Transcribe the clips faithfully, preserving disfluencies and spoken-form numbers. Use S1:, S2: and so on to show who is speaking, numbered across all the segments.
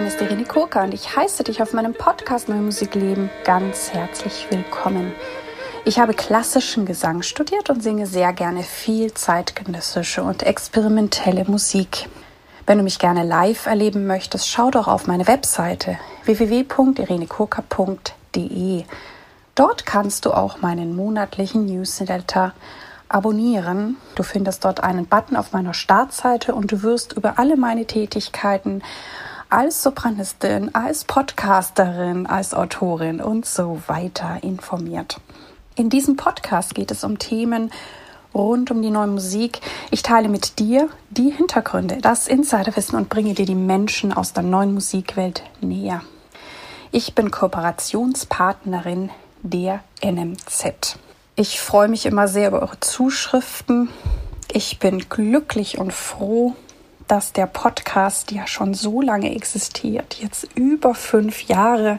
S1: ist Irene Kurka und ich heiße dich auf meinem Podcast Neue Musik leben ganz herzlich willkommen. Ich habe klassischen Gesang studiert und singe sehr gerne viel zeitgenössische und experimentelle Musik. Wenn du mich gerne live erleben möchtest, schau doch auf meine Webseite w w w punkt irene kurka punkt d e. Dort kannst du auch meinen monatlichen Newsletter abonnieren. Du findest dort einen Button auf meiner Startseite und du wirst über alle meine Tätigkeiten als Sopranistin, als Podcasterin, als Autorin und so weiter informiert. In diesem Podcast geht es um Themen rund um die neue Musik. Ich teile mit dir die Hintergründe, das Insiderwissen und bringe dir die Menschen aus der neuen Musikwelt näher. Ich bin Kooperationspartnerin der N M Z. Ich freue mich immer sehr über eure Zuschriften. Ich bin glücklich und froh, dass der Podcast ja schon so lange existiert, jetzt über fünf Jahre.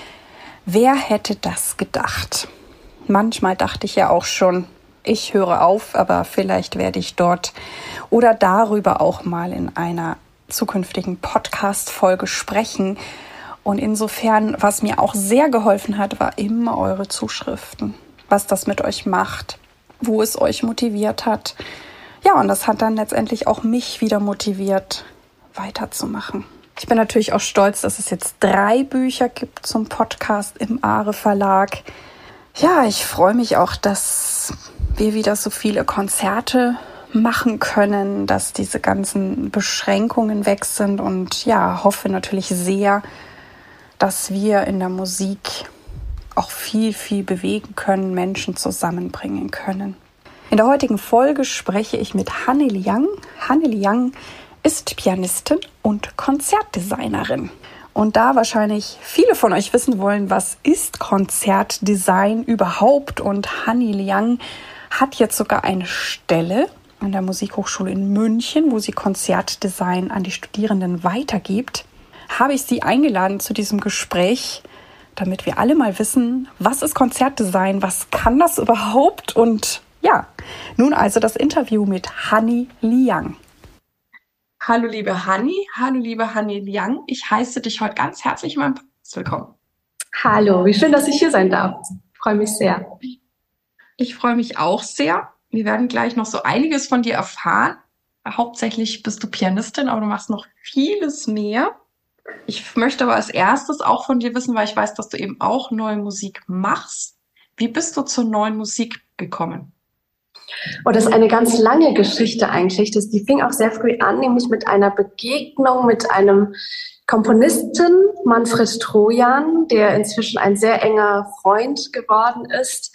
S1: Wer hätte das gedacht? Manchmal dachte ich ja auch schon, ich höre auf, aber vielleicht werde ich dort oder darüber auch mal in einer zukünftigen Podcast-Folge sprechen. Und insofern, was mir auch sehr geholfen hat, war immer eure Zuschriften. Was das mit euch macht, wo es euch motiviert hat. Ja, und das hat dann letztendlich auch mich wieder motiviert, weiterzumachen. Ich bin natürlich auch stolz, dass es jetzt drei Bücher gibt zum Podcast im Aare Verlag. Ja, ich freue mich auch, dass wir wieder so viele Konzerte machen können, dass diese ganzen Beschränkungen weg sind und ja, hoffe natürlich sehr, dass wir in der Musik auch viel, viel bewegen können, Menschen zusammenbringen können. In der heutigen Folge spreche ich mit Hanny Liang. Hanny Liang ist Pianistin und Konzertdesignerin. Und da wahrscheinlich viele von euch wissen wollen, was ist Konzertdesign überhaupt? Und Hanny Liang hat jetzt sogar eine Stelle an der Musikhochschule in München, wo sie Konzertdesign an die Studierenden weitergibt. Habe ich sie eingeladen zu diesem Gespräch, damit wir alle mal wissen, was ist Konzertdesign, was kann das überhaupt? Und ja, nun also das Interview mit Hanny Liang.
S2: Hallo liebe Hanny, hallo liebe Hanny Liang. Ich heiße dich heute ganz herzlich in meinem Podcast willkommen.
S3: Hallo, wie schön, dass ich hier sein darf. Ich freue mich sehr.
S2: Ich freue mich auch sehr. Wir werden gleich noch so einiges von dir erfahren. Hauptsächlich bist du Pianistin, aber du machst noch vieles mehr. Ich möchte aber als erstes auch von dir wissen, weil ich weiß, dass du eben auch neue Musik machst. Wie bist du zur neuen Musik gekommen?
S3: Oh, das ist eine ganz lange Geschichte eigentlich. Das, die fing auch sehr früh an, nämlich mit einer Begegnung mit einem Komponisten, Manfred Trojan, der inzwischen ein sehr enger Freund geworden ist.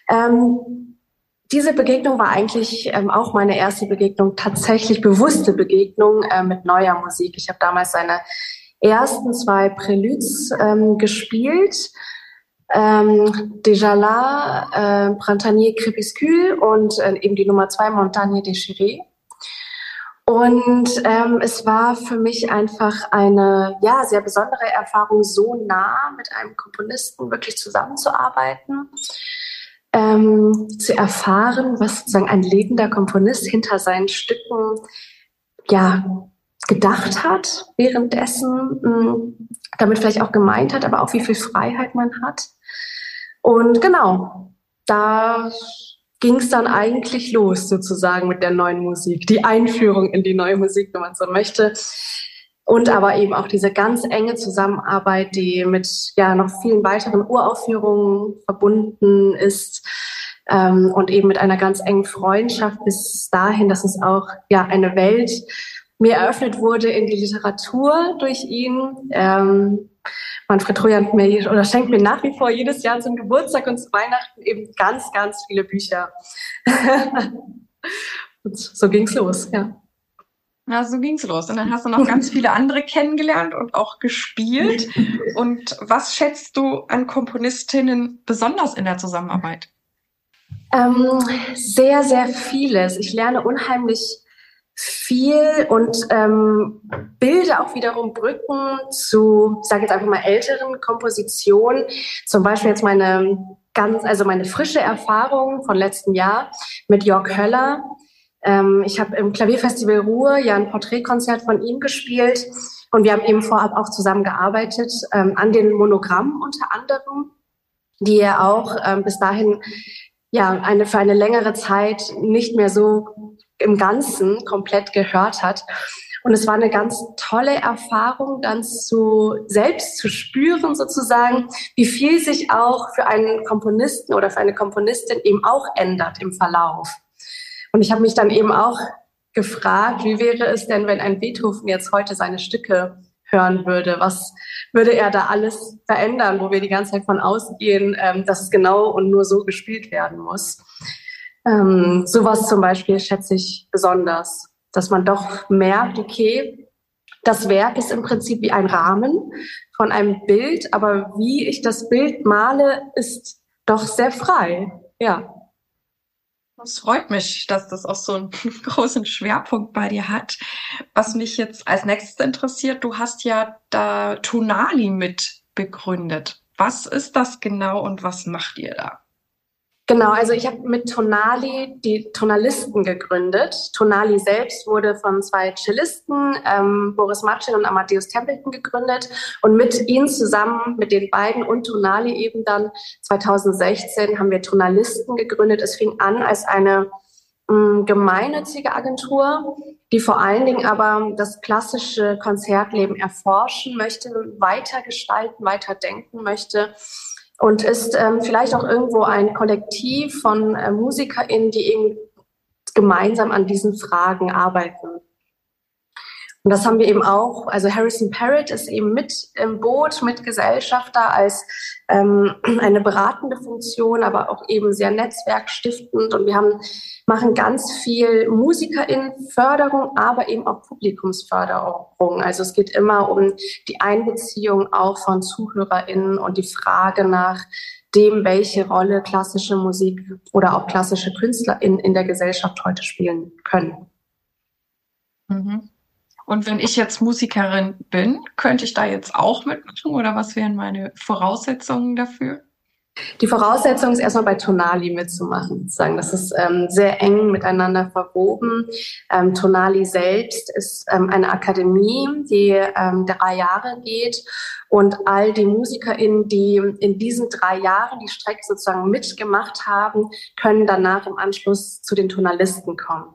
S3: Ähm, diese Begegnung war eigentlich ähm, auch meine erste Begegnung, tatsächlich bewusste Begegnung äh, mit neuer Musik. Ich habe damals seine ersten zwei Préludes ähm, gespielt. Ähm, Déjà là, äh, Printanier Crépuscule und äh, eben die Nummer zwei, Montagne déchirée. Und ähm, es war für mich einfach eine ja sehr besondere Erfahrung, so nah mit einem Komponisten wirklich zusammenzuarbeiten, ähm, zu erfahren, was sozusagen ein lebender Komponist hinter seinen Stücken ja gedacht hat, währenddessen mh, damit vielleicht auch gemeint hat, aber auch wie viel Freiheit man hat. Und genau, da ging es dann eigentlich los sozusagen mit der neuen Musik, die Einführung in die neue Musik, wenn man so möchte. Und aber eben auch diese ganz enge Zusammenarbeit, die mit ja noch vielen weiteren Uraufführungen verbunden ist, ähm, und eben mit einer ganz engen Freundschaft bis dahin, dass es auch ja eine Welt mir eröffnet wurde in die Literatur durch ihn. Ähm, Manfred Trojan mir oder schenkt mir nach wie vor jedes Jahr zum Geburtstag und zu Weihnachten eben ganz, ganz viele Bücher. Und so ging's los, ja.
S2: Ja, so ging's los. Und dann hast du noch ganz viele andere kennengelernt und auch gespielt. Und was schätzt du an Komponistinnen besonders in der Zusammenarbeit?
S3: Ähm, sehr, sehr vieles. Ich lerne unheimlich viel und ähm, bilde auch wiederum Brücken zu, ich sage jetzt einfach mal, älteren Kompositionen. Zum Beispiel jetzt meine ganz, also meine frische Erfahrung von letztem Jahr mit Jörg Höller, Ähm, ich habe im Klavierfestival Ruhr ja ein Porträtkonzert von ihm gespielt und wir haben eben vorab auch zusammengearbeitet ähm, an den Monogrammen unter anderem, die er auch ähm, bis dahin ja eine für eine längere Zeit nicht mehr so im Ganzen komplett gehört hat. Und es war eine ganz tolle Erfahrung, dann zu selbst zu spüren sozusagen, wie viel sich auch für einen Komponisten oder für eine Komponistin eben auch ändert im Verlauf. Und ich habe mich dann eben auch gefragt, wie wäre es denn, wenn ein Beethoven jetzt heute seine Stücke hören würde? Was würde er da alles verändern, wo wir die ganze Zeit von ausgehen, ähm, dass es genau und nur so gespielt werden muss? Ähm, sowas zum Beispiel schätze ich besonders, dass man doch merkt, okay, das Werk ist im Prinzip wie ein Rahmen von einem Bild, aber wie ich das Bild male, ist doch sehr frei. Ja.
S2: Es freut mich, dass das auch so einen großen Schwerpunkt bei dir hat. Was mich jetzt als nächstes interessiert, du hast ja da Tonali mit begründet. Was ist das genau und was macht ihr da?
S3: Genau, also ich habe mit Tonali die Tonalisten gegründet. Tonali selbst wurde von zwei Cellisten, ähm, Boris Matschin und Amadeus Templeton, gegründet. Und mit ihnen zusammen, mit den beiden und Tonali eben dann zweitausendsechzehn haben wir Tonalisten gegründet. Es fing an als eine mh, gemeinnützige Agentur, die vor allen Dingen aber das klassische Konzertleben erforschen möchte, weitergestalten, weiterdenken möchte. Und ist ähm, vielleicht auch irgendwo ein Kollektiv von äh, MusikerInnen, die eben gemeinsam an diesen Fragen arbeiten. Und das haben wir eben auch, also Harrison Parrott ist eben mit im Boot, mit Gesellschafter als ähm, eine beratende Funktion, aber auch eben sehr netzwerkstiftend. Und wir haben, machen ganz viel MusikerInnenförderung, aber eben auch Publikumsförderung. Also es geht immer um die Einbeziehung auch von ZuhörerInnen und die Frage nach dem, welche Rolle klassische Musik oder auch klassische KünstlerInnen in der Gesellschaft heute spielen können.
S2: Mhm. Und wenn ich jetzt Musikerin bin, könnte ich da jetzt auch mitmachen oder was wären meine Voraussetzungen dafür?
S3: Die Voraussetzung ist erstmal bei Tonali mitzumachen. Sozusagen. Das ist ähm, sehr eng miteinander verwoben. Ähm, Tonali selbst ist ähm, eine Akademie, die ähm, drei Jahre geht. Und all die MusikerInnen, die in diesen drei Jahren die Strecke sozusagen mitgemacht haben, können danach im Anschluss zu den Tonalisten kommen.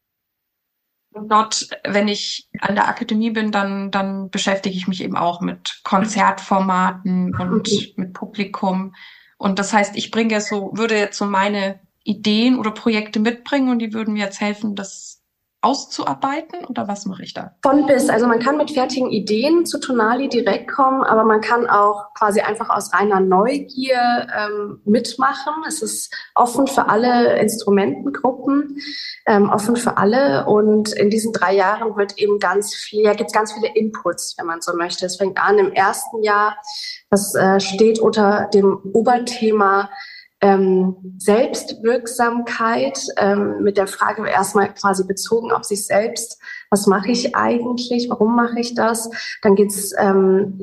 S2: Und dort, wenn ich an der Akademie bin, dann, dann beschäftige ich mich eben auch mit Konzertformaten und
S3: Mhm.
S2: mit Publikum. Und das heißt, ich bringe jetzt so, würde jetzt so meine Ideen oder Projekte mitbringen und die würden mir jetzt helfen, das auszuarbeiten oder was mache ich da?
S3: Von bis. Also man kann mit fertigen Ideen zu Tonali direkt kommen, aber man kann auch quasi einfach aus reiner Neugier ähm, mitmachen. Es ist offen für alle Instrumentengruppen, ähm, offen für alle. Und in diesen drei Jahren wird eben ganz viel, ja, gibt es ganz viele Inputs, wenn man so möchte. Es fängt an im ersten Jahr. Das äh, steht unter dem Oberthema Ähm, Selbstwirksamkeit, ähm, mit der Frage erstmal quasi bezogen auf sich selbst, was mache ich eigentlich, warum mache ich das? Dann geht's ähm,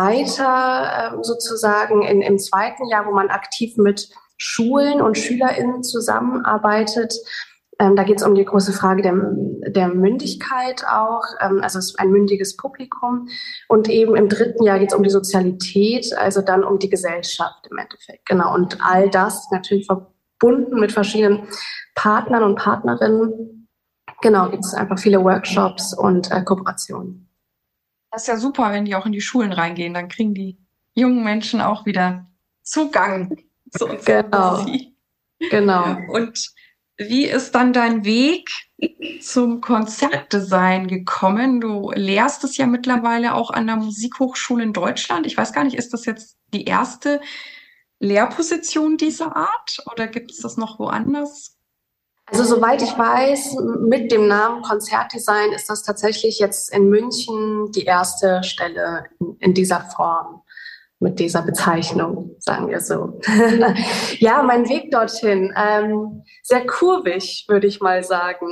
S3: weiter ähm, sozusagen in, im zweiten Jahr, wo man aktiv mit Schulen und SchülerInnen zusammenarbeitet. Ähm, da geht es um die große Frage der, der Mündigkeit auch, ähm, also es ist ein mündiges Publikum. Und eben im dritten Jahr geht es um die Sozialität, also dann um die Gesellschaft im Endeffekt. Genau. Und all das natürlich verbunden mit verschiedenen Partnern und Partnerinnen. Genau, gibt es einfach viele Workshops und äh, Kooperationen.
S2: Das ist ja super, wenn die auch in die Schulen reingehen, dann kriegen die jungen Menschen auch wieder Zugang zu uns.
S3: Genau. Genau.
S2: Und wie ist dann dein Weg zum Konzertdesign gekommen? Du lehrst es ja mittlerweile auch an der Musikhochschule in Deutschland. Ich weiß gar nicht, ist das jetzt die erste Lehrposition dieser Art oder gibt es das noch woanders?
S3: Also soweit ich weiß, mit dem Namen Konzertdesign ist das tatsächlich jetzt in München die erste Stelle in, in dieser Form. Mit dieser Bezeichnung, sagen wir so. Ja, mein Weg dorthin, ähm, sehr kurvig, würde ich mal sagen.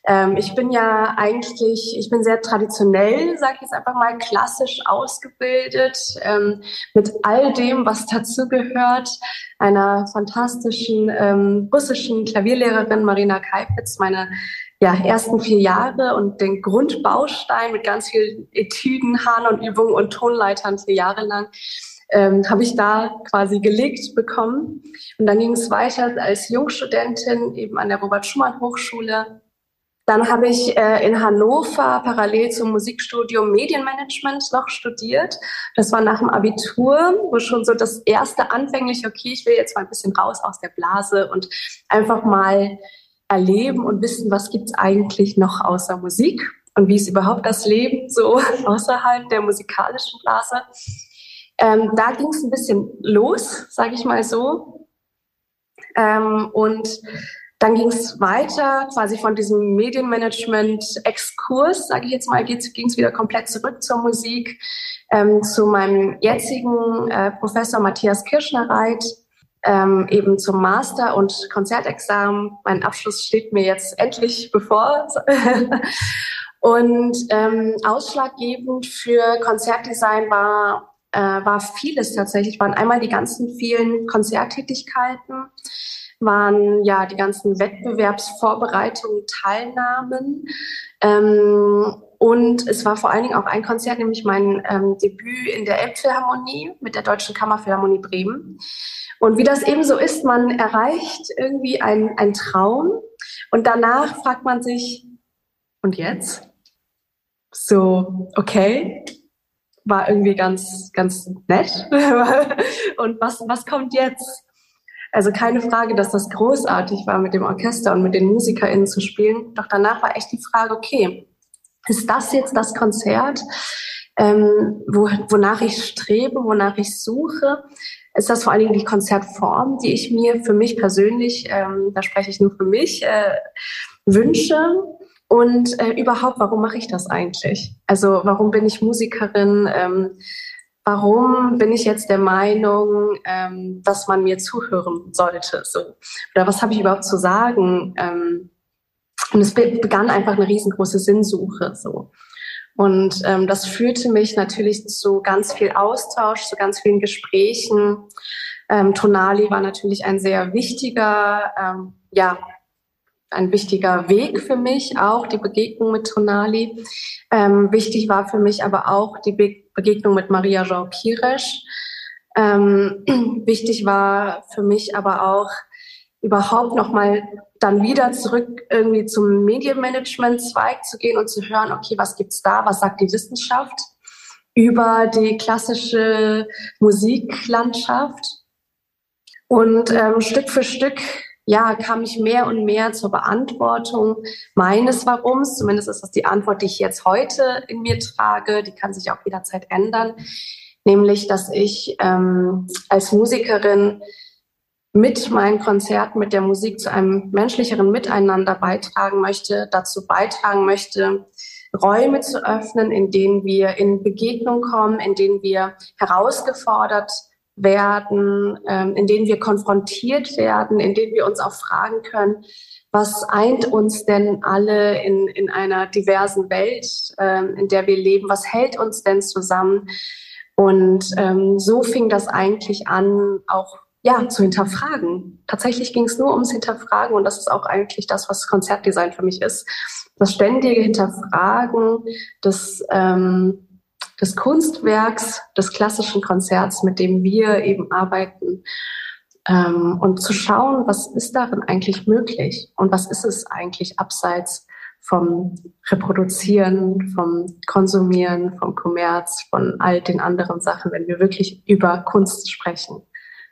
S3: Ähm, ich bin ja eigentlich, ich bin sehr traditionell, sage ich jetzt einfach mal, klassisch ausgebildet, ähm, mit all dem, was dazugehört. Einer fantastischen ähm, russischen Klavierlehrerin, Marina Kaipitz, meine ja, ersten vier Jahre und den Grundbaustein mit ganz vielen Etüden, Hahn und Übungen und Tonleitern vier Jahre lang. Ähm, habe ich da quasi gelegt bekommen. Und dann ging es weiter als Jungstudentin eben an der Robert-Schumann-Hochschule. Dann habe ich äh, in Hannover parallel zum Musikstudium Medienmanagement noch studiert. Das war nach dem Abitur, wo schon so das erste anfängliche, okay, ich will jetzt mal ein bisschen raus aus der Blase und einfach mal erleben und wissen, was gibt's eigentlich noch außer Musik und wie ist überhaupt das Leben so außerhalb der musikalischen Blase. Ähm, da ging es ein bisschen los, sage ich mal so. Ähm, und dann ging es weiter, quasi von diesem Medienmanagement-Exkurs, sage ich jetzt mal, ging es wieder komplett zurück zur Musik, ähm, zu meinem jetzigen äh, Professor Matthias Kirschner-Reit, ähm, eben zum Master- und Konzertexamen. Mein Abschluss steht mir jetzt endlich bevor. Und ähm, ausschlaggebend für Konzertdesign war äh, war vieles tatsächlich. Waren einmal die ganzen vielen Konzerttätigkeiten, waren ja die ganzen Wettbewerbsvorbereitungen, Teilnahmen. Ähm, und es war vor allen Dingen auch ein Konzert, nämlich mein ähm, Debüt in der Elbphilharmonie mit der Deutschen Kammerphilharmonie Bremen. Und wie das eben so ist, man erreicht irgendwie ein, ein Traum und danach fragt man sich, und jetzt? So, okay, war irgendwie ganz, ganz nett. Und was, was kommt jetzt? Also keine Frage, dass das großartig war, mit dem Orchester und mit den MusikerInnen zu spielen. Doch danach war echt die Frage, okay, ist das jetzt das Konzert, ähm, wo, wonach ich strebe, wonach ich suche? Ist das vor allen Dingen die Konzertform, die ich mir für mich persönlich, ähm, da spreche ich nur für mich, äh, wünsche? Und äh, überhaupt, warum mache ich das eigentlich? Also warum bin ich Musikerin? Ähm, warum bin ich jetzt der Meinung, ähm, dass man mir zuhören sollte? So. Oder was habe ich überhaupt zu sagen? Ähm, und es be- begann einfach eine riesengroße Sinnsuche. So. Und ähm, das führte mich natürlich zu ganz viel Austausch, zu ganz vielen Gesprächen. Ähm, Tonali war natürlich ein sehr wichtiger, ähm, ja, ein wichtiger Weg für mich, auch die Begegnung mit Tonali. Ähm, wichtig war für mich aber auch die Be- Begegnung mit Maria João Pires. Ähm, wichtig war für mich aber auch überhaupt nochmal dann wieder zurück irgendwie zum Medienmanagement-Zweig zu gehen und zu hören, okay, was gibt's da, was sagt die Wissenschaft über die klassische Musiklandschaft? Und ähm, Stück für Stück, ja, kam ich mehr und mehr zur Beantwortung meines Warums. Zumindest ist das die Antwort, die ich jetzt heute in mir trage. Die kann sich auch jederzeit ändern. Nämlich, dass ich ähm, als Musikerin mit meinen Konzerten, mit der Musik zu einem menschlicheren Miteinander beitragen möchte, dazu beitragen möchte, Räume zu öffnen, in denen wir in Begegnung kommen, in denen wir herausgefordert werden, ähm, in denen wir konfrontiert werden, in denen wir uns auch fragen können, was eint uns denn alle in, in einer diversen Welt, ähm, in der wir leben? Was hält uns denn zusammen? Und ähm, so fing das eigentlich an, auch ja, zu hinterfragen. Tatsächlich ging es nur ums Hinterfragen und das ist auch eigentlich das, was Konzertdesign für mich ist. Das ständige Hinterfragen des, ähm, des Kunstwerks, des klassischen Konzerts, mit dem wir eben arbeiten. Ähm, und zu schauen, was ist darin eigentlich möglich und was ist es eigentlich abseits vom Reproduzieren, vom Konsumieren, vom Kommerz, von all den anderen Sachen, wenn wir wirklich über Kunst sprechen.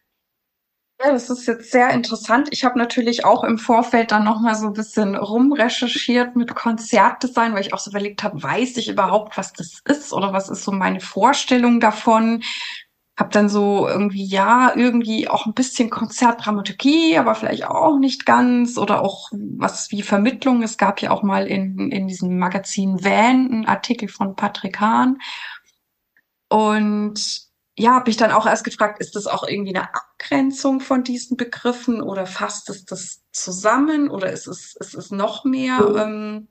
S2: Ja, das ist jetzt sehr interessant. Ich habe natürlich auch im Vorfeld dann nochmal so ein bisschen rumrecherchiert mit Konzertdesign, weil ich auch so überlegt habe, weiß ich überhaupt, was das ist oder was ist so meine Vorstellung davon? Hab dann so irgendwie, ja, irgendwie auch ein bisschen Konzertdramaturgie, aber vielleicht auch nicht ganz oder auch was wie Vermittlung. Es gab ja auch mal in, in diesem Magazin Van einen Artikel von Patrick Hahn. Und ja, habe ich dann auch erst gefragt, ist das auch irgendwie eine Abgrenzung von diesen Begriffen oder fasst es das zusammen oder ist es, ist es noch mehr? Ähm,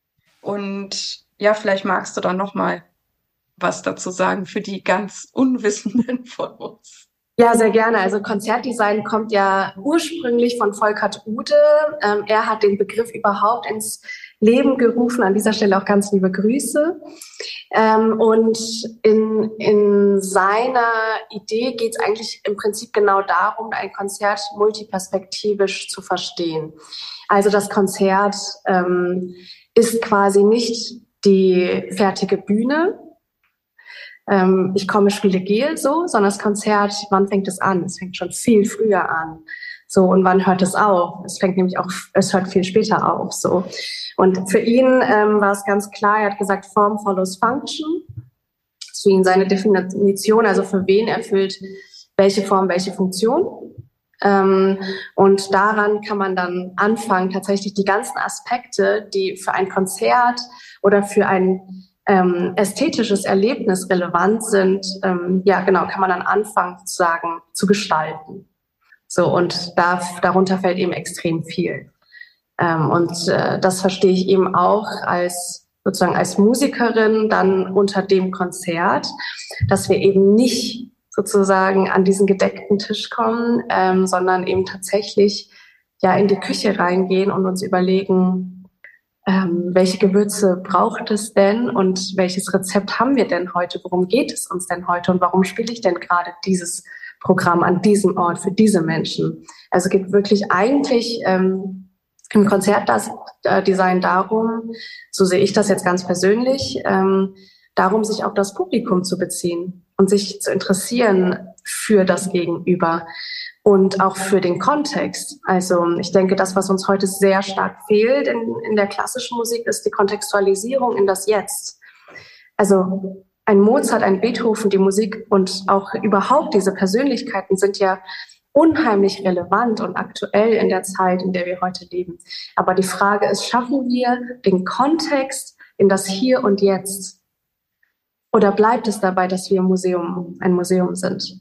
S2: und ja, vielleicht magst du dann noch mal was dazu sagen für die ganz Unwissenden von uns.
S3: Ja, sehr gerne. Also Konzertdesign kommt ja ursprünglich von Volkert Ude. Ähm, er hat den Begriff überhaupt ins Leben gerufen. An dieser Stelle auch ganz liebe Grüße. Ähm, und in, in seiner Idee geht es eigentlich im Prinzip genau darum, ein Konzert multiperspektivisch zu verstehen. Also das Konzert ähm, ist quasi nicht die fertige Bühne, ich komme, spiele, gehe so, sondern das Konzert, wann fängt es an? Es fängt schon viel früher an. So, und wann hört es auf? Es fängt nämlich auch, es hört viel später auf, so. Und für ihn ähm, war es ganz klar, er hat gesagt, Form follows Function. Das ist für ihn seine Definition, also für wen erfüllt welche Form, welche Funktion. Ähm, und daran kann man dann anfangen, tatsächlich die ganzen Aspekte, die für ein Konzert oder für ein Ähm, ästhetisches Erlebnis relevant sind, ähm, ja genau, kann man dann anfangen sozusagen zu gestalten. So, und da, darunter fällt eben extrem viel. Ähm, und äh, das verstehe ich eben auch als sozusagen als Musikerin dann unter dem Konzert, dass wir eben nicht sozusagen an diesen gedeckten Tisch kommen, ähm, sondern eben tatsächlich ja in die Küche reingehen und uns überlegen, Ähm, welche Gewürze braucht es denn und welches Rezept haben wir denn heute? Worum geht es uns denn heute und warum spiele ich denn gerade dieses Programm an diesem Ort für diese Menschen? Also es geht wirklich eigentlich ähm, im Konzertdesign darum, so sehe ich das jetzt ganz persönlich, ähm, darum, sich auf das Publikum zu beziehen und sich zu interessieren für das Gegenüber. Und auch für den Kontext. Also ich denke, das, was uns heute sehr stark fehlt in, in der klassischen Musik, ist die Kontextualisierung in das Jetzt. Also ein Mozart, ein Beethoven, die Musik und auch überhaupt diese Persönlichkeiten sind ja unheimlich relevant und aktuell in der Zeit, in der wir heute leben. Aber die Frage ist, schaffen wir den Kontext in das Hier und Jetzt? Oder bleibt es dabei, dass wir ein Museum, ein Museum sind?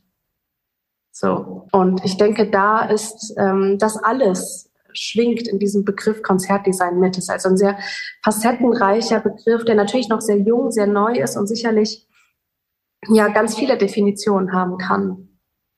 S3: So, und ich denke, da ist ähm, das alles schwingt in diesem Begriff Konzertdesign mit. Es ist also ein sehr facettenreicher Begriff, der natürlich noch sehr jung, sehr neu ist und sicherlich ja ganz viele Definitionen haben kann.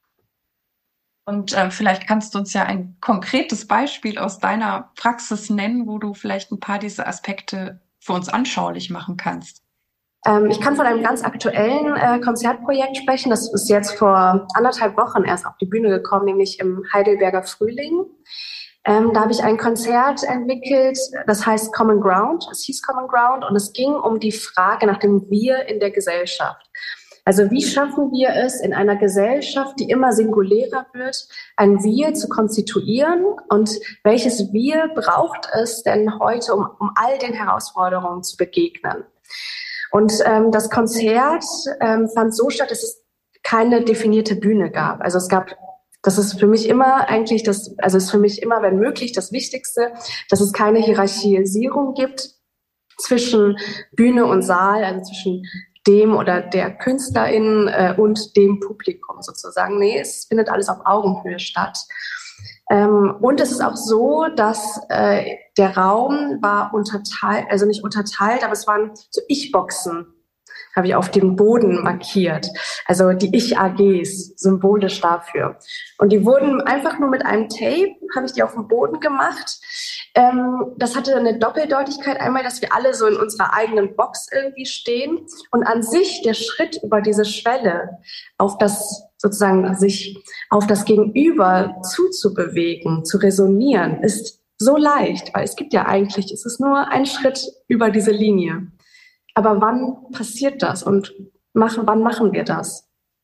S2: Und äh, vielleicht kannst du uns ja ein konkretes Beispiel aus deiner Praxis nennen, wo du vielleicht ein paar dieser Aspekte für uns anschaulich machen kannst.
S3: Ähm, ich kann von einem ganz aktuellen äh, Konzertprojekt sprechen. Das ist jetzt vor anderthalb Wochen erst auf die Bühne gekommen, nämlich im Heidelberger Frühling. Ähm, da habe ich ein Konzert entwickelt, das heißt Common Ground. Es hieß Common Ground und es ging um die Frage nach dem Wir in der Gesellschaft. Also wie schaffen wir es in einer Gesellschaft, die immer singulärer wird, ein Wir zu konstituieren und welches Wir braucht es denn heute, um, um all den Herausforderungen zu begegnen? Und ähm, das Konzert ähm, fand so statt, dass es keine definierte Bühne gab. Also es gab, das ist für mich immer eigentlich das, also es ist für mich immer, wenn möglich, das Wichtigste, dass es keine Hierarchisierung gibt zwischen Bühne und Saal, also zwischen dem oder der Künstlerin äh, und dem Publikum sozusagen. Nee, es findet alles auf Augenhöhe statt. Ähm, und es ist auch so, dass äh, der Raum war unterteilt, also nicht unterteilt, aber es waren so Ich-Boxen, habe ich auf dem Boden markiert. Also die Ich-A Gs, symbolisch dafür. Und die wurden einfach nur mit einem Tape, habe ich die auf dem Boden gemacht. Ähm, das hatte eine Doppeldeutigkeit. Einmal, dass wir alle so in unserer eigenen Box irgendwie stehen. Und an sich der Schritt über diese Schwelle auf das sozusagen sich auf das Gegenüber zuzubewegen, zu resonieren, ist so leicht, weil es gibt ja eigentlich, es ist nur ein Schritt über diese Linie. Aber wann passiert das und machen, wann machen wir das?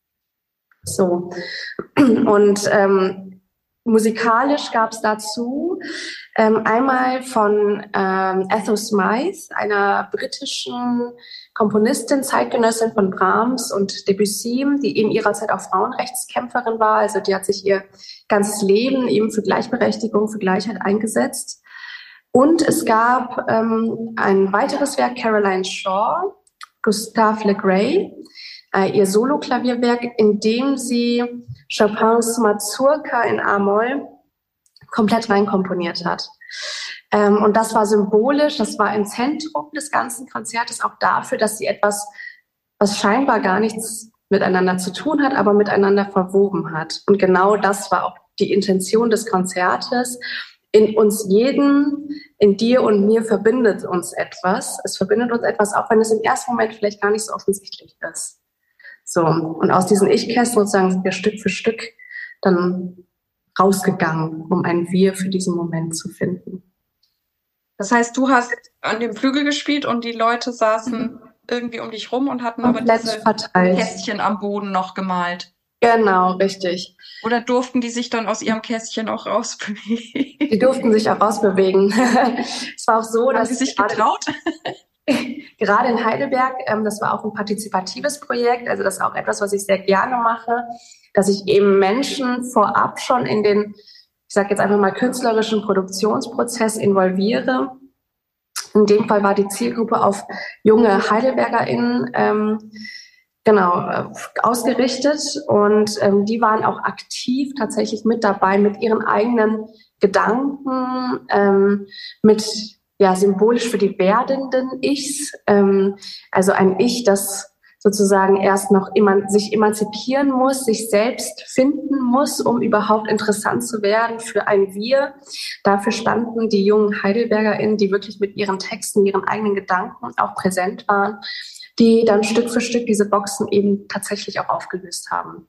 S3: So. Und ähm, musikalisch gab es dazu ähm, einmal von ähm, Ethel Smyth, einer britischen Komponistin, Zeitgenössin von Brahms und Debussy, die in ihrer Zeit auch Frauenrechtskämpferin war. Also die hat sich ihr ganzes Leben eben für Gleichberechtigung, für Gleichheit eingesetzt. Und es gab ähm, ein weiteres Werk, Caroline Shaw, Gustave Le Gray, äh, ihr Solo-Klavierwerk, in dem sie Chopins Mazurka in A-Moll komplett reinkomponiert hat. Ähm, und das war symbolisch, das war im Zentrum des ganzen Konzertes auch dafür, dass sie etwas, was scheinbar gar nichts miteinander zu tun hat, aber miteinander verwoben hat. Und genau das war auch die Intention des Konzertes. In uns jeden, in dir und mir verbindet uns etwas. Es verbindet uns etwas, auch wenn es im ersten Moment vielleicht gar nicht so offensichtlich ist. So. Und aus diesen Ich-Kästen sozusagen sind wir Stück für Stück dann rausgegangen, um ein Wir für diesen Moment zu finden.
S2: Das heißt, du hast an dem Flügel gespielt und die Leute saßen irgendwie um dich rum und hatten
S3: komplett
S2: aber diese
S3: verteilt.
S2: Kästchen am Boden noch gemalt.
S3: Genau, richtig.
S2: Oder durften die sich dann aus ihrem Kästchen auch rausbewegen?
S3: Die durften sich auch rausbewegen. Es war auch so,
S2: Haben
S3: dass
S2: sie sich
S3: gerade,
S2: getraut?
S3: gerade in Heidelberg, ähm, das war auch ein partizipatives Projekt, also das ist auch etwas, was ich sehr gerne mache, dass ich eben Menschen vorab schon in den, ich sage jetzt einfach mal, künstlerischen Produktionsprozess involviere. In dem Fall war die Zielgruppe auf junge HeidelbergerInnen ähm, genau äh, ausgerichtet und ähm, die waren auch aktiv tatsächlich mit dabei mit ihren eigenen Gedanken, ähm, mit ja symbolisch für die werdenden Ichs, ähm, also ein Ich, das sozusagen erst noch eman- sich emanzipieren muss, sich selbst finden muss, um überhaupt interessant zu werden für ein Wir. Dafür standen die jungen HeidelbergerInnen, die wirklich mit ihren Texten, ihren eigenen Gedanken auch präsent waren, die dann Stück für Stück diese Boxen eben tatsächlich auch aufgelöst haben.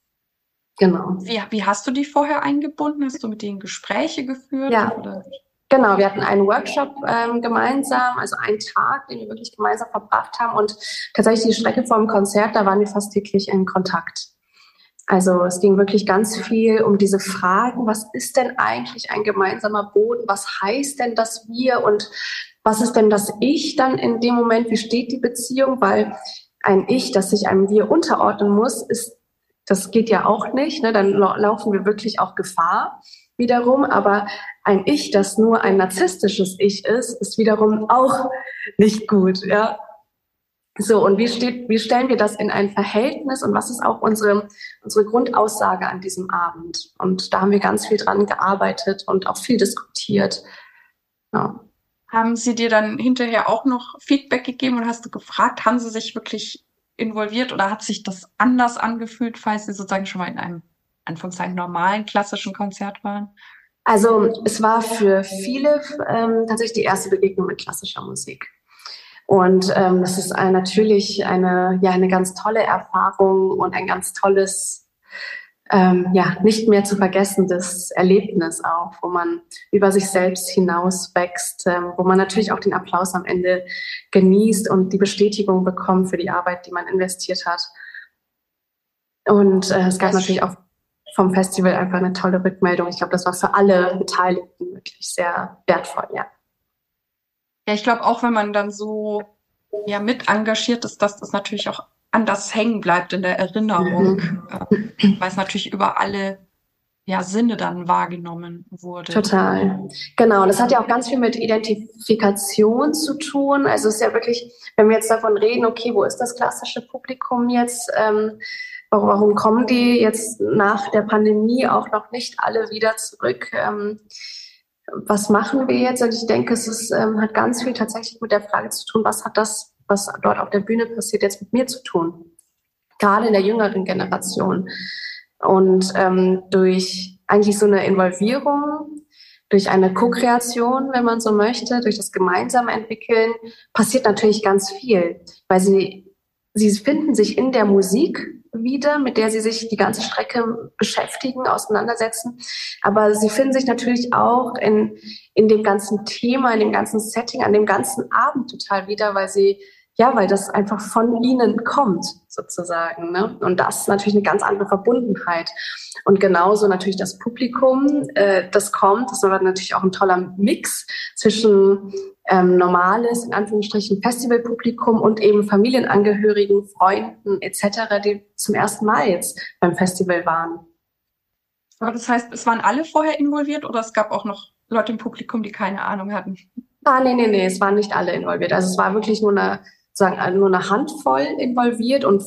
S3: Genau.
S2: Wie, wie hast du die vorher eingebunden? Hast du mit denen Gespräche geführt?
S3: Ja.
S2: Oder?
S3: Genau, wir hatten einen Workshop ähm, gemeinsam, also einen Tag, den wir wirklich gemeinsam verbracht haben und tatsächlich die Strecke vor dem Konzert, da waren wir fast täglich in Kontakt. Also es ging wirklich ganz viel um diese Fragen, was ist denn eigentlich ein gemeinsamer Boden, was heißt denn das Wir und was ist denn das Ich dann in dem Moment, wie steht die Beziehung, weil ein Ich, das sich einem Wir unterordnen muss, ist, das geht ja auch nicht, ne? Dann laufen wir wirklich auch Gefahr wiederum, aber ein Ich, das nur ein narzisstisches Ich ist, ist wiederum auch nicht gut, ja. So, und wie steht, wie stellen wir das in ein Verhältnis und was ist auch unsere, unsere Grundaussage an diesem Abend? Und da haben wir ganz viel dran gearbeitet und auch viel diskutiert. Ja.
S2: Haben sie dir dann hinterher auch noch Feedback gegeben und hast du gefragt, haben sie sich wirklich involviert oder hat sich das anders angefühlt, falls sie sozusagen schon mal in einem, Anführungszeichen, normalen klassischen Konzert waren?
S3: Also es war für viele ähm, tatsächlich die erste Begegnung mit klassischer Musik. Und ähm, das ist ein, natürlich eine, ja, eine ganz tolle Erfahrung und ein ganz tolles, ähm, ja, nicht mehr zu vergessendes Erlebnis auch, wo man über sich selbst hinaus wächst, ähm, wo man natürlich auch den Applaus am Ende genießt und die Bestätigung bekommt für die Arbeit, die man investiert hat. Und äh, es gab natürlich auch vom Festival einfach eine tolle Rückmeldung. Ich glaube, das war für alle Beteiligten wirklich sehr wertvoll, ja.
S2: Ja, ich glaube auch, wenn man dann so ja mit engagiert ist, dass das natürlich auch anders hängen bleibt in der Erinnerung, mhm. äh, weil es natürlich über alle ja, Sinne dann wahrgenommen wurde.
S3: Total. Genau. Und das hat ja auch ganz viel mit Identifikation zu tun. Also es ist ja wirklich, wenn wir jetzt davon reden, okay, wo ist das klassische Publikum jetzt? Ähm, warum, warum kommen die jetzt nach der Pandemie auch noch nicht alle wieder zurück? Ähm, was machen wir jetzt? Und ich denke, es ist, ähm, hat ganz viel tatsächlich mit der Frage zu tun, was hat das, was dort auf der Bühne passiert, jetzt mit mir zu tun? Gerade in der jüngeren Generation. Und ähm, durch eigentlich so eine Involvierung, durch eine Co-Kreation, wenn man so möchte, durch das gemeinsame Entwickeln, passiert natürlich ganz viel, weil sie, sie finden sich in der Musik wieder, mit der sie sich die ganze Strecke beschäftigen, auseinandersetzen. Aber sie finden sich natürlich auch in, in dem ganzen Thema, in dem ganzen Setting, an dem ganzen Abend total wieder, weil sie Ja, weil das einfach von ihnen kommt, sozusagen, ne? Und das ist natürlich eine ganz andere Verbundenheit. Und genauso natürlich das Publikum, äh, das kommt, das war natürlich auch ein toller Mix zwischen ähm, normales, in Anführungsstrichen, Festivalpublikum und eben Familienangehörigen, Freunden et cetera, die zum ersten Mal jetzt beim Festival waren.
S2: Aber das heißt, es waren alle vorher involviert oder es gab auch noch Leute im Publikum, die keine Ahnung hatten?
S3: Ah, nee, nee, nee, es waren nicht alle involviert. Also es war wirklich nur eine sagen, nur eine Handvoll involviert und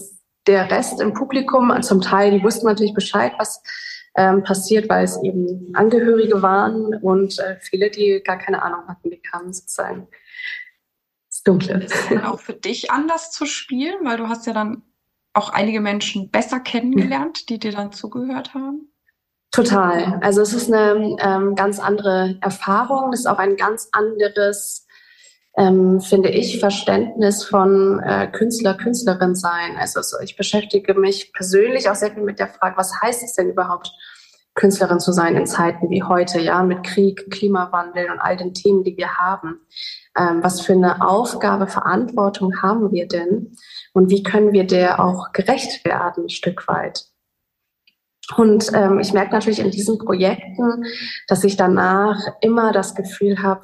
S3: der Rest im Publikum, zum Teil, die wussten natürlich Bescheid, was ähm, passiert, weil es eben Angehörige waren und äh, viele, die gar keine Ahnung hatten, die kamen sozusagen ins Dunkle.
S2: Ist es dann auch für dich anders zu spielen, weil du hast ja dann auch einige Menschen besser kennengelernt, die dir dann zugehört haben?
S3: Total. Also es ist eine ähm, ganz andere Erfahrung. Es ist auch ein ganz anderes, ähm, finde ich, Verständnis von äh, Künstler, Künstlerin sein. Also so, ich beschäftige mich persönlich auch sehr viel mit der Frage, was heißt es denn überhaupt, Künstlerin zu sein in Zeiten wie heute, ja, mit Krieg, Klimawandel und all den Themen, die wir haben. Ähm, was für eine Aufgabe, Verantwortung haben wir denn? Und wie können wir der auch gerecht werden, ein Stück weit? Und ähm, ich merke natürlich in diesen Projekten, dass ich danach immer das Gefühl habe,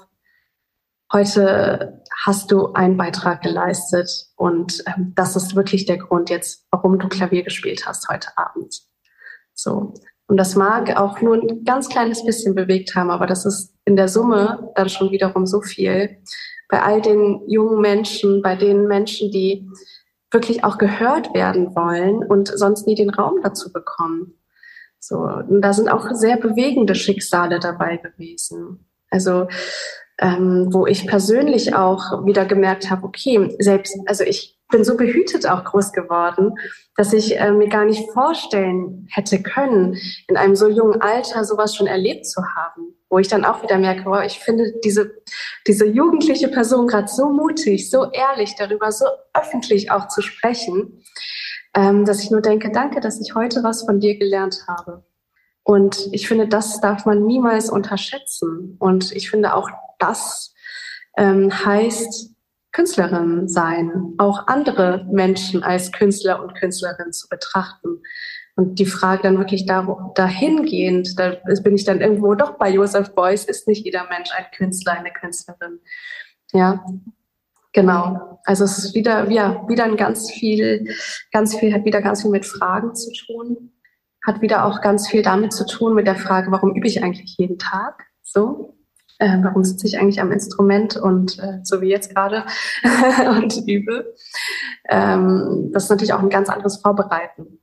S3: heute hast du einen Beitrag geleistet und ähm, das ist wirklich der Grund jetzt, warum du Klavier gespielt hast heute Abend. So. Und das mag auch nur ein ganz kleines bisschen bewegt haben, aber das ist in der Summe dann schon wiederum so viel. Bei all den jungen Menschen, bei den Menschen, die wirklich auch gehört werden wollen und sonst nie den Raum dazu bekommen. So, und da sind auch sehr bewegende Schicksale dabei gewesen. Also ähm, wo ich persönlich auch wieder gemerkt habe, okay, selbst, also ich bin so behütet auch groß geworden, dass ich äh, mir gar nicht vorstellen hätte können, in einem so jungen Alter sowas schon erlebt zu haben. Wo ich dann auch wieder merke, wow, ich finde diese, diese jugendliche Person gerade so mutig, so ehrlich, darüber so öffentlich auch zu sprechen, ähm, dass ich nur denke, danke, dass ich heute was von dir gelernt habe. Und ich finde, das darf man niemals unterschätzen. Und ich finde auch, das ähm, heißt Künstlerin sein, auch andere Menschen als Künstler und Künstlerin zu betrachten. Und die Frage dann wirklich da, dahingehend, da bin ich dann irgendwo doch bei Joseph Beuys, ist nicht jeder Mensch ein Künstler, eine Künstlerin. Ja, genau. Also es ist wieder, ja, wieder ein ganz viel, ganz viel, hat wieder ganz viel mit Fragen zu tun, hat wieder auch ganz viel damit zu tun, mit der Frage, warum übe ich eigentlich jeden Tag so? Äh, warum sitze ich eigentlich am Instrument und äh, so wie jetzt gerade und übe? Ähm, das ist natürlich auch ein ganz anderes Vorbereiten.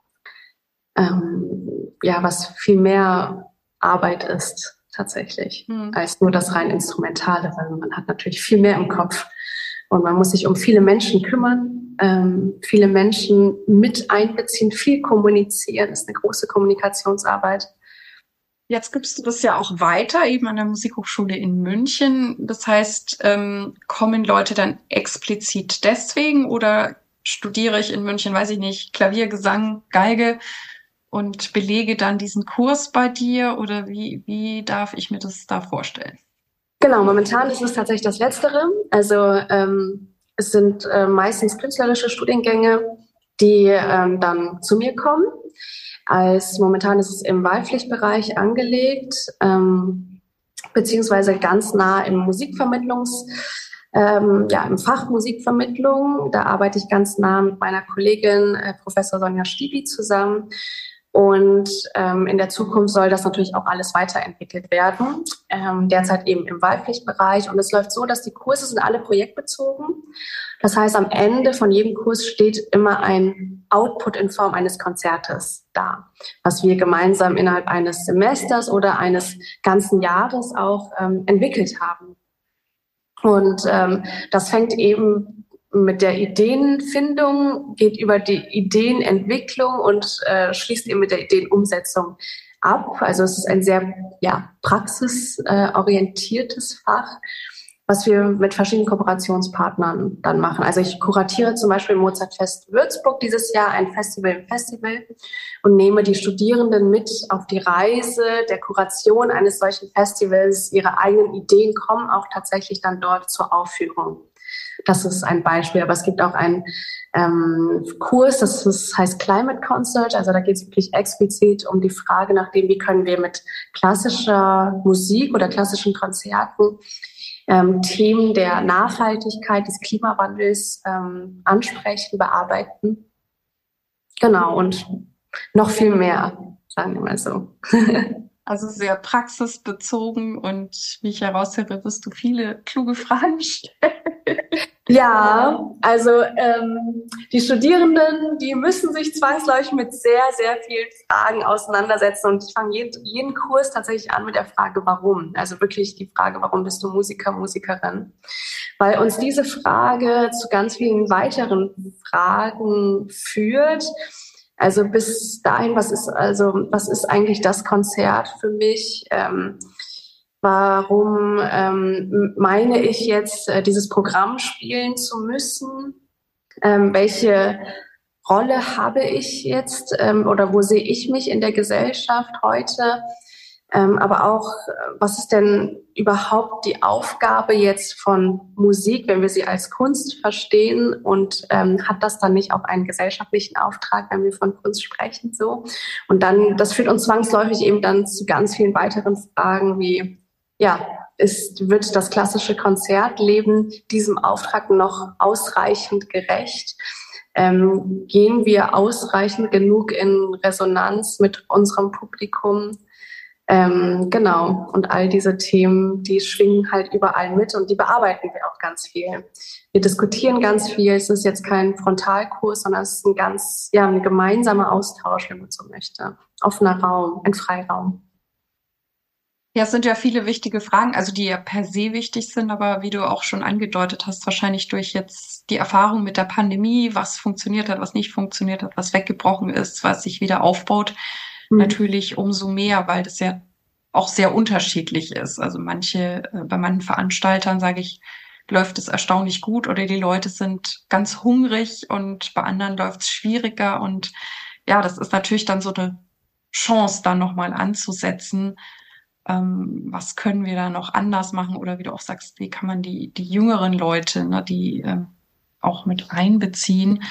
S3: Ähm, ja, was viel mehr Arbeit ist tatsächlich, hm. als nur das rein Instrumentale, weil man hat natürlich viel mehr im Kopf und man muss sich um viele Menschen kümmern, ähm, viele Menschen mit einbeziehen, viel kommunizieren, das ist eine große Kommunikationsarbeit.
S2: Jetzt gibst du das ja auch weiter, eben an der Musikhochschule in München. Das heißt, ähm, kommen Leute dann explizit deswegen oder studiere ich in München, weiß ich nicht, Klavier, Gesang, Geige und belege dann diesen Kurs bei dir oder wie, wie darf ich mir das da vorstellen?
S3: Genau, momentan ist es tatsächlich das Letztere. Also ähm, es sind äh, meistens künstlerische Studiengänge, die ähm, dann zu mir kommen. Als momentan ist es im Wahlpflichtbereich angelegt, ähm, beziehungsweise ganz nah im Musikvermittlungs, ähm, ja, im Fach Musikvermittlung. Da arbeite ich ganz nah mit meiner Kollegin äh, Professor Sonja Stiebi zusammen. Und ähm, in der Zukunft soll das natürlich auch alles weiterentwickelt werden. Ähm, derzeit eben im Wahlpflichtbereich. Und es läuft so, dass die Kurse sind alle projektbezogen. Das heißt, am Ende von jedem Kurs steht immer ein Output in Form eines Konzertes da, was wir gemeinsam innerhalb eines Semesters oder eines ganzen Jahres auch ähm, entwickelt haben. Und ähm, das fängt eben mit der Ideenfindung, geht über die Ideenentwicklung und äh, schließt eben mit der Ideenumsetzung ab. Also es ist ein sehr ja, praxisorientiertes Fach, was wir mit verschiedenen Kooperationspartnern dann machen. Also ich kuratiere zum Beispiel im Mozartfest Würzburg dieses Jahr ein Festival im Festival und nehme die Studierenden mit auf die Reise der Kuration eines solchen Festivals. Ihre eigenen Ideen kommen auch tatsächlich dann dort zur Aufführung. Das ist ein Beispiel, aber es gibt auch einen ähm, Kurs, das ist, heißt Climate Concert, also da geht es wirklich explizit um die Frage nach dem, wie können wir mit klassischer Musik oder klassischen Konzerten ähm, Themen der Nachhaltigkeit, des Klimawandels ähm, ansprechen, bearbeiten. Genau, und noch viel mehr, sagen wir mal so.
S2: Also sehr praxisbezogen und wie ich heraushöre, wirst du viele kluge Fragen stellen.
S3: Ja, also ähm, die Studierenden, die müssen sich zwangsläufig mit sehr, sehr vielen Fragen auseinandersetzen. Und ich fange jeden, jeden Kurs tatsächlich an mit der Frage, warum? Also wirklich die Frage, warum bist du Musiker, Musikerin? Weil uns diese Frage zu ganz vielen weiteren Fragen führt. Also bis dahin, was ist also, was ist eigentlich das Konzert für mich? Ähm, warum ähm, meine ich jetzt, äh, dieses Programm spielen zu müssen? Ähm, welche Rolle habe ich jetzt ähm, oder wo sehe ich mich in der Gesellschaft heute? Ähm, aber auch, was ist denn überhaupt die Aufgabe jetzt von Musik, wenn wir sie als Kunst verstehen? Und ähm, hat das dann nicht auch einen gesellschaftlichen Auftrag, wenn wir von Kunst sprechen? So. Und dann, das führt uns zwangsläufig eben dann zu ganz vielen weiteren Fragen wie, ja, ist, wird das klassische Konzertleben diesem Auftrag noch ausreichend gerecht? Ähm, gehen wir ausreichend genug in Resonanz mit unserem Publikum? Ähm, genau. Und all diese Themen, die schwingen halt überall mit und die bearbeiten wir auch ganz viel. Wir diskutieren ganz viel. Es ist jetzt kein Frontalkurs, sondern es ist ein ganz, ja, ein gemeinsamer Austausch, wenn man so möchte. Offener Raum, ein Freiraum.
S2: Ja, es sind ja viele wichtige Fragen, also die ja per se wichtig sind, aber wie du auch schon angedeutet hast, wahrscheinlich durch jetzt die Erfahrung mit der Pandemie, was funktioniert hat, was nicht funktioniert hat, was weggebrochen ist, was sich wieder aufbaut, mhm. natürlich umso mehr, weil das ja auch sehr unterschiedlich ist. Also manche, bei manchen Veranstaltern, sage ich, läuft es erstaunlich gut oder die Leute sind ganz hungrig und bei anderen läuft es schwieriger und ja, das ist natürlich dann so eine Chance, dann nochmal anzusetzen. Ähm, was können wir da noch anders machen? Oder wie du auch sagst, wie kann man die, die jüngeren Leute, ne, die ähm, auch mit einbeziehen?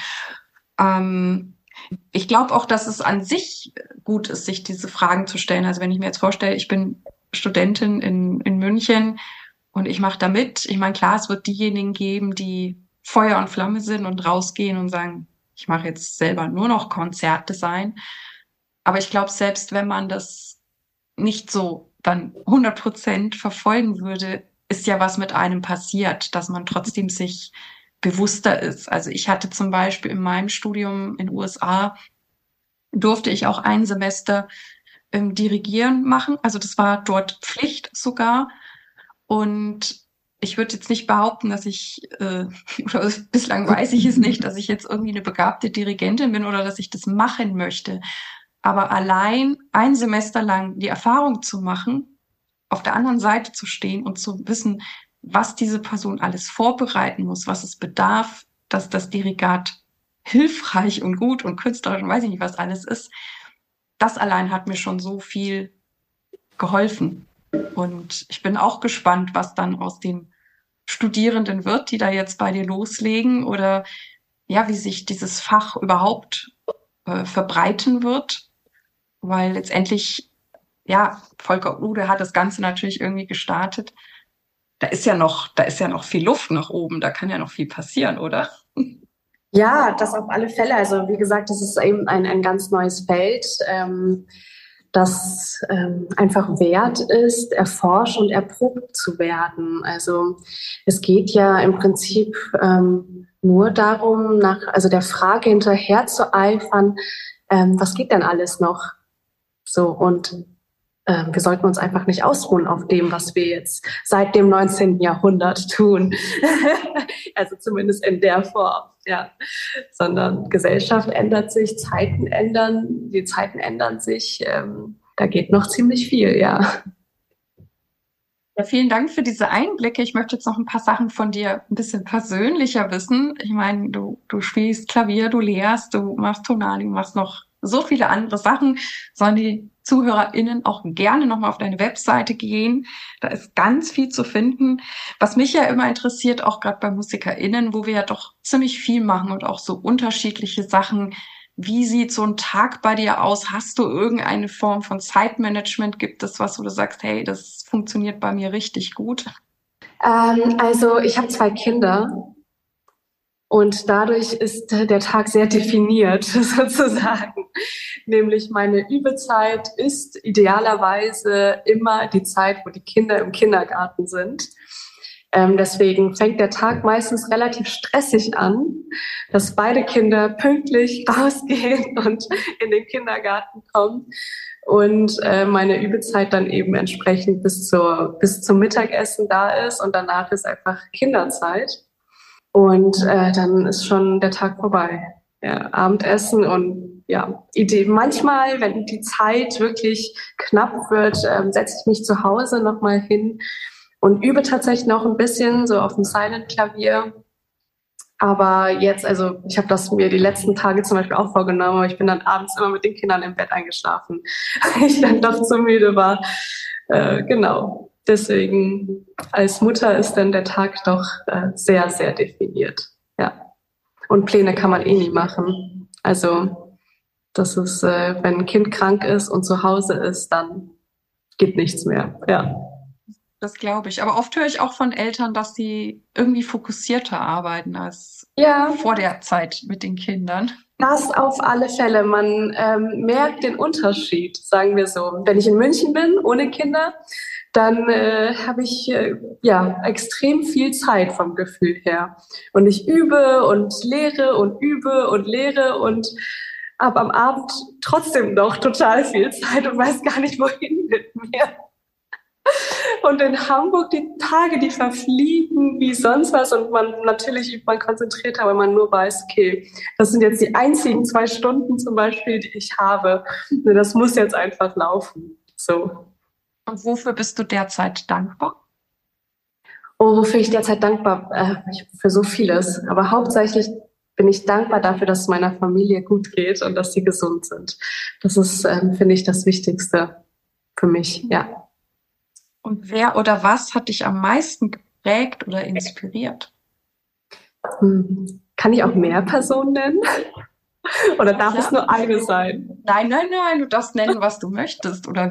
S2: Ähm, ich glaube auch, dass es an sich gut ist, sich diese Fragen zu stellen. Also wenn ich mir jetzt vorstelle, ich bin Studentin in, in München und ich mache da mit. Ich meine, klar, es wird diejenigen geben, die Feuer und Flamme sind und rausgehen und sagen, ich mache jetzt selber nur noch Konzertdesign. Aber ich glaube, selbst wenn man das nicht so dann hundert Prozent verfolgen würde, ist ja was mit einem passiert, dass man trotzdem sich bewusster ist. Also ich hatte zum Beispiel in meinem Studium in den U S A, durfte ich auch ein Semester ähm, Dirigieren machen. Also das war dort Pflicht sogar. Und ich würde jetzt nicht behaupten, dass ich, äh, oder bislang weiß ich es nicht, dass ich jetzt irgendwie eine begabte Dirigentin bin oder dass ich das machen möchte. Aber allein ein Semester lang die Erfahrung zu machen, auf der anderen Seite zu stehen und zu wissen, was diese Person alles vorbereiten muss, was es bedarf, dass das Dirigat hilfreich und gut und künstlerisch und weiß ich nicht, was alles ist, das allein hat mir schon so viel geholfen. Und ich bin auch gespannt, was dann aus den Studierenden wird, die da jetzt bei dir loslegen oder ja, wie sich dieses Fach überhaupt äh, verbreiten wird. Weil letztendlich, ja, Volker Ude hat das Ganze natürlich irgendwie gestartet. Da ist ja noch, da ist ja noch viel Luft nach oben, da kann ja noch viel passieren, oder?
S3: Ja, das auf alle Fälle. Also wie gesagt, das ist eben ein, ein ganz neues Feld, ähm, das ähm, einfach wert ist, erforscht und erprobt zu werden. Also es geht ja im Prinzip ähm, nur darum, nach, also der Frage hinterher zu eifern, ähm, was geht denn alles noch? So, und äh, wir sollten uns einfach nicht ausruhen auf dem, was wir jetzt seit dem neunzehnten Jahrhundert tun. Also zumindest in der Form, ja. Sondern Gesellschaft ändert sich, Zeiten ändern, die Zeiten ändern sich. Ähm, da geht noch ziemlich viel, ja.
S2: Ja, vielen Dank für diese Einblicke. Ich möchte jetzt noch ein paar Sachen von dir ein bisschen persönlicher wissen. Ich meine, du, du spielst Klavier, du lehrst, du machst Tonali, du machst noch so viele andere Sachen. Sollen die ZuhörerInnen auch gerne nochmal auf deine Webseite gehen. Da ist ganz viel zu finden. Was mich ja immer interessiert, auch gerade bei MusikerInnen, wo wir ja doch ziemlich viel machen und auch so unterschiedliche Sachen. Wie sieht so ein Tag bei dir aus? Hast du irgendeine Form von Zeitmanagement? Gibt es was, wo du sagst, hey, das funktioniert bei mir richtig gut?
S3: Ähm, also ich habe zwei Kinder Und dadurch ist der Tag sehr definiert, sozusagen. Nämlich meine Übezeit ist idealerweise immer die Zeit, wo die Kinder im Kindergarten sind. Ähm, deswegen fängt der Tag meistens relativ stressig an, dass beide Kinder pünktlich rausgehen und in den Kindergarten kommen. Und äh, meine Übezeit dann eben entsprechend bis zur, bis zum Mittagessen da ist. Und danach ist einfach Kinderzeit. Und äh, dann ist schon der Tag vorbei. Ja, Abendessen und ja, Idee. Manchmal, wenn die Zeit wirklich knapp wird, ähm, setze ich mich zu Hause nochmal hin und übe tatsächlich noch ein bisschen so auf dem Silent-Klavier. Aber jetzt, also ich habe das mir die letzten Tage zum Beispiel auch vorgenommen, aber ich bin dann abends immer mit den Kindern im Bett eingeschlafen, weil ich dann doch zu müde war. Äh, genau. Deswegen als Mutter ist dann der Tag doch äh, sehr, sehr definiert. Ja. Und Pläne kann man eh nie machen. Also das ist, äh, wenn ein Kind krank ist und zu Hause ist, dann geht nichts mehr. Ja.
S2: Das glaube ich. Aber oft höre ich auch von Eltern, dass sie irgendwie fokussierter arbeiten als
S3: Ja.
S2: vor der Zeit mit den Kindern.
S3: Das auf alle Fälle. Man ähm, merkt den Unterschied, sagen wir so. Wenn ich in München bin, ohne Kinder, dann äh, habe ich äh, ja extrem viel Zeit vom Gefühl her. Und ich übe und lehre und übe und lehre und habe am Abend trotzdem noch total viel Zeit und weiß gar nicht, wohin mit mir. Und in Hamburg, die Tage, die verfliegen wie sonst was und man natürlich übt man konzentrierter, weil man nur weiß, okay, das sind jetzt die einzigen zwei Stunden zum Beispiel, die ich habe. Das muss jetzt einfach laufen. So.
S2: Und wofür bist du derzeit dankbar?
S3: Oh, wofür ich derzeit dankbar äh, für so vieles. Aber hauptsächlich bin ich dankbar dafür, dass es meiner Familie gut geht und dass sie gesund sind. Das ist, ähm, finde ich, das Wichtigste für mich, ja.
S2: Und wer oder was hat dich am meisten geprägt oder inspiriert?
S3: Hm. Kann ich auch mehr Personen nennen? Oder darf ja. es nur eine sein?
S2: Nein, nein, nein, du darfst nennen, was du möchtest. Oder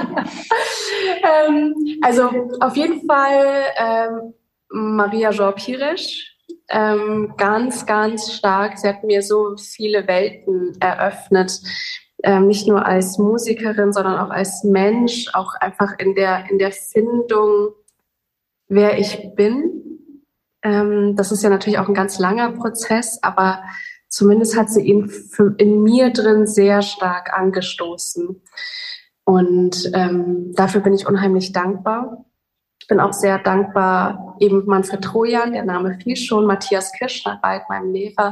S3: ähm, also auf jeden Fall ähm, Maria João Pires. Ähm, ganz, ganz stark. Sie hat mir so viele Welten eröffnet. Ähm, nicht nur als Musikerin, sondern auch als Mensch, auch einfach in der, in der Findung, wer ich bin. Ähm, das ist ja natürlich auch ein ganz langer Prozess, aber zumindest hat sie ihn für, in mir drin sehr stark angestoßen. Und ähm, dafür bin ich unheimlich dankbar. Ich bin auch sehr dankbar, eben Manfred Trojan, der Name fiel schon, Matthias Kirschner-Reit, meinem Lehrer,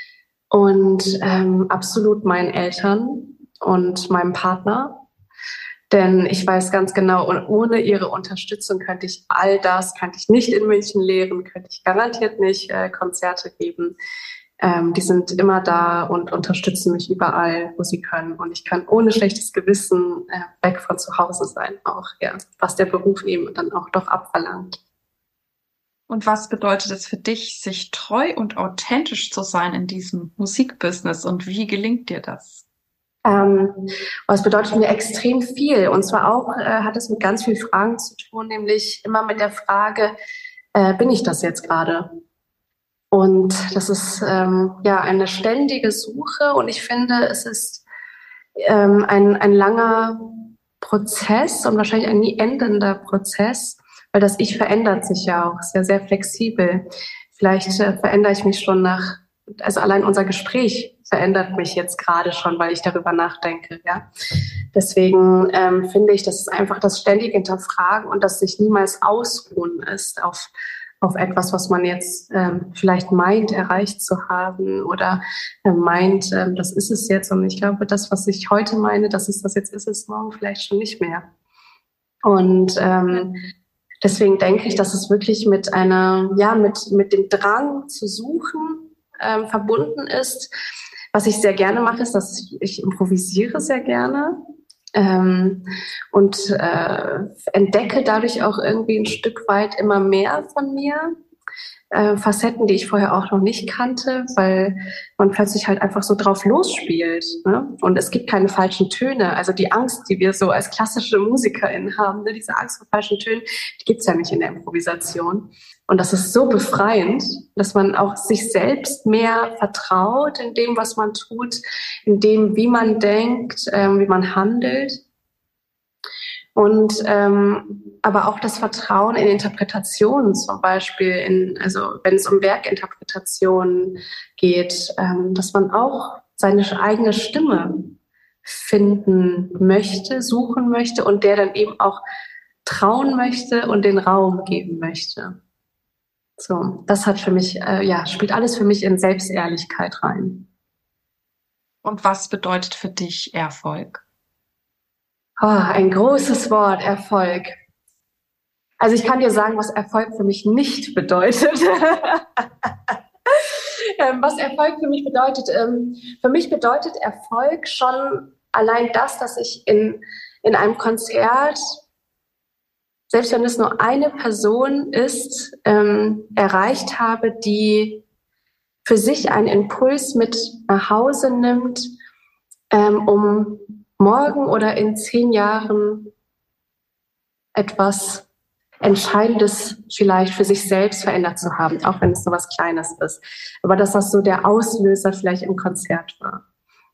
S3: und ähm, absolut meinen Eltern und meinem Partner. Denn ich weiß ganz genau, und ohne ihre Unterstützung könnte ich all das, könnte ich nicht in München lehren, könnte ich garantiert nicht äh, Konzerte geben. Ähm, die sind immer da und unterstützen mich überall, wo sie können. Und ich kann ohne schlechtes Gewissen äh, weg von zu Hause sein, auch, ja, was der Beruf eben dann auch doch abverlangt.
S2: Und was bedeutet es für dich, sich treu und authentisch zu sein in diesem Musikbusiness? Und wie gelingt dir das?
S3: Ähm, es bedeutet mir extrem viel. Und zwar auch äh, hat es mit ganz vielen Fragen zu tun, nämlich immer mit der Frage, äh, bin ich das jetzt gerade? Und das ist ähm, ja eine ständige Suche. Und ich finde, es ist ähm, ein, ein langer Prozess und wahrscheinlich ein nie endender Prozess, weil das Ich verändert sich ja auch, ist ja sehr flexibel. Vielleicht äh, verändere ich mich schon nach, also allein unser Gespräch verändert mich jetzt gerade schon, weil ich darüber nachdenke. Ja, deswegen ähm, finde ich, dass es einfach das ständige Hinterfragen und das sich niemals ausruhen ist auf auf etwas, was man jetzt ähm, vielleicht meint, erreicht zu haben oder äh, meint, ähm, das ist es jetzt. Und ich glaube, das, was ich heute meine, das ist das jetzt, ist es morgen vielleicht schon nicht mehr. Und ähm, deswegen denke ich, dass es wirklich mit einer, ja, mit mit dem Drang zu suchen ähm, verbunden ist. Was ich sehr gerne mache, ist, dass ich, ich improvisiere sehr gerne. Ähm, und äh, entdecke dadurch auch irgendwie ein Stück weit immer mehr von mir. äh, Facetten, die ich vorher auch noch nicht kannte, weil man plötzlich halt einfach so drauf losspielt, ne? Und es gibt keine falschen Töne. Also die Angst, die wir so als klassische MusikerInnen haben, ne? Diese Angst vor falschen Tönen, die gibt's ja nicht in der Improvisation. Und das ist so befreiend, dass man auch sich selbst mehr vertraut in dem, was man tut, in dem, wie man denkt, ähm, wie man handelt. Und ähm, aber auch das Vertrauen in Interpretationen, zum Beispiel, in, also wenn es um Werkinterpretationen geht, ähm, dass man auch seine eigene Stimme finden möchte, suchen möchte und der dann eben auch trauen möchte und den Raum geben möchte. So, das hat für mich, äh, ja, spielt alles für mich in Selbstehrlichkeit rein.
S2: Und was bedeutet für dich Erfolg?
S3: Oh, ein großes Wort, Erfolg. Also ich kann dir sagen, was Erfolg für mich nicht bedeutet. Was Erfolg für mich bedeutet, ähm, für mich bedeutet Erfolg schon allein das, dass ich in, in einem Konzert, selbst wenn es nur eine Person ist, ähm, erreicht habe, die für sich einen Impuls mit nach Hause nimmt, ähm, um morgen oder in zehn Jahren etwas Entscheidendes vielleicht für sich selbst verändert zu haben, auch wenn es so was Kleines ist. Aber dass das so der Auslöser vielleicht im Konzert war.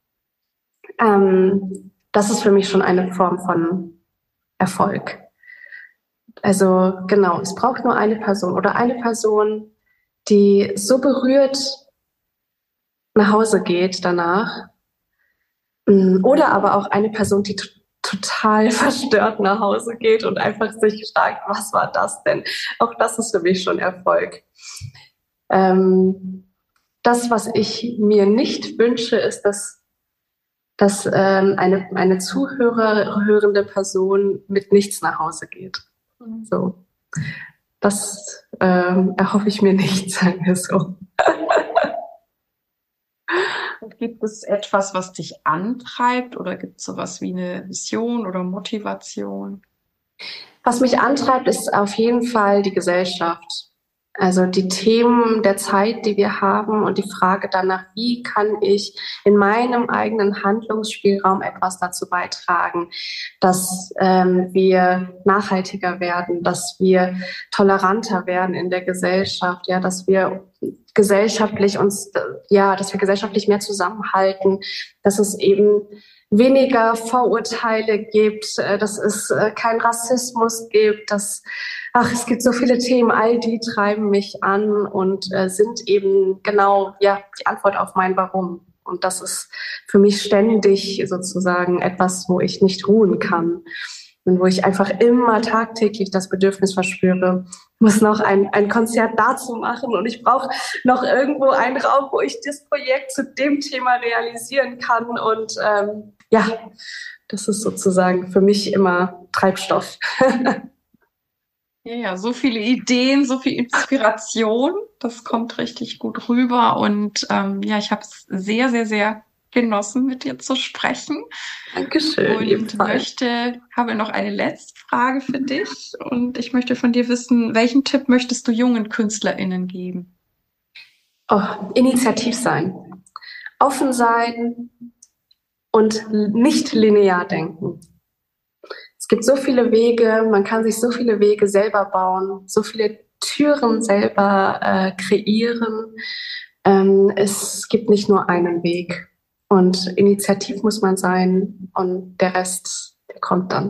S3: Ähm, das ist für mich schon eine Form von Erfolg. Also genau, es braucht nur eine Person oder eine Person, die so berührt nach Hause geht danach. Oder aber auch eine Person, die t- total verstört nach Hause geht und einfach sich fragt, was war das denn? Auch das ist für mich schon Erfolg. Ähm, das, was ich mir nicht wünsche, ist, dass, dass ähm, eine, eine Zuhörer, hörende Person mit nichts nach Hause geht. So. Das ähm, erhoffe ich mir nicht, sagen wir so.
S2: Und gibt es etwas, was dich antreibt, oder gibt es sowas wie eine Vision oder Motivation?
S3: Was mich antreibt, ist auf jeden Fall die Gesellschaft. Also die Themen der Zeit, die wir haben und die Frage danach, wie kann ich in meinem eigenen Handlungsspielraum etwas dazu beitragen, dass ähm, wir nachhaltiger werden, dass wir toleranter werden in der Gesellschaft, ja, dass wir gesellschaftlich uns, ja, dass wir gesellschaftlich mehr zusammenhalten, dass es eben weniger Vorurteile gibt, dass es keinen Rassismus gibt, dass, ach, es gibt so viele Themen, all die treiben mich an und äh, sind eben genau, ja, die Antwort auf mein Warum. Und das ist für mich ständig sozusagen etwas, wo ich nicht ruhen kann und wo ich einfach immer tagtäglich das Bedürfnis verspüre, ich muss noch ein, ein Konzert dazu machen und ich brauche noch irgendwo einen Raum, wo ich das Projekt zu dem Thema realisieren kann. Und ähm, ja, das ist sozusagen für mich immer Treibstoff.
S2: Ja, ja, so viele Ideen, so viel Inspiration, das kommt richtig gut rüber. Und ähm, ja, ich habe es sehr, sehr, sehr genossen, mit dir zu sprechen.
S3: Dankeschön.
S2: Und
S3: ebenfalls.
S2: möchte, habe noch eine letzte Frage für dich. Und ich möchte von dir wissen, welchen Tipp möchtest du jungen KünstlerInnen geben?
S3: Oh, initiativ sein, offen sein und nicht linear denken. Es gibt so viele Wege, man kann sich so viele Wege selber bauen, so viele Türen selber äh, kreieren. Ähm, es gibt nicht nur einen Weg. Und initiativ muss man sein und der Rest, der kommt dann.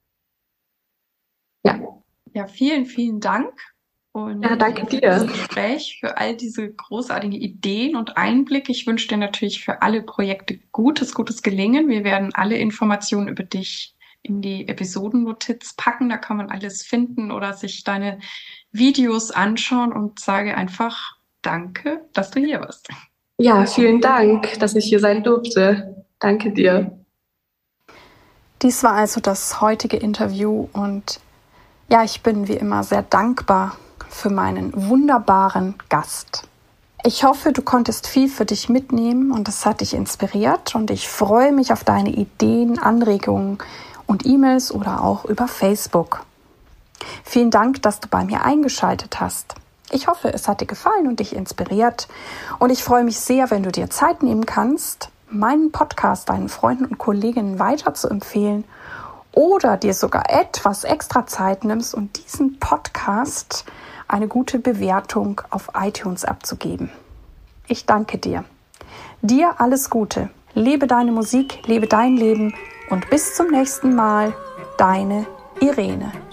S3: Ja.
S2: Ja, vielen, vielen Dank. Und
S3: ja, danke
S2: für
S3: dir.
S2: das Gespräch, für all diese großartigen Ideen und Einblicke. Ich wünsche dir natürlich für alle Projekte gutes, gutes Gelingen. Wir werden alle Informationen über dich in die Episodennotiz packen. Da kann man alles finden oder sich deine Videos anschauen und sage einfach Danke, dass du hier warst.
S3: Ja, vielen Dank, dass ich hier sein durfte. Danke dir.
S1: Dies war also das heutige Interview und ja, ich bin wie immer sehr dankbar für meinen wunderbaren Gast. Ich hoffe, du konntest viel für dich mitnehmen und es hat dich inspiriert und ich freue mich auf deine Ideen, Anregungen und E-Mails oder auch über Facebook. Vielen Dank, dass du bei mir eingeschaltet hast. Ich hoffe, es hat dir gefallen und dich inspiriert. Und ich freue mich sehr, wenn du dir Zeit nehmen kannst, meinen Podcast deinen Freunden und Kolleginnen weiter zu empfehlen oder dir sogar etwas extra Zeit nimmst und diesen Podcast eine gute Bewertung auf iTunes abzugeben. Ich danke dir. Dir alles Gute. Lebe deine Musik, lebe dein Leben und bis zum nächsten Mal. Deine Irene.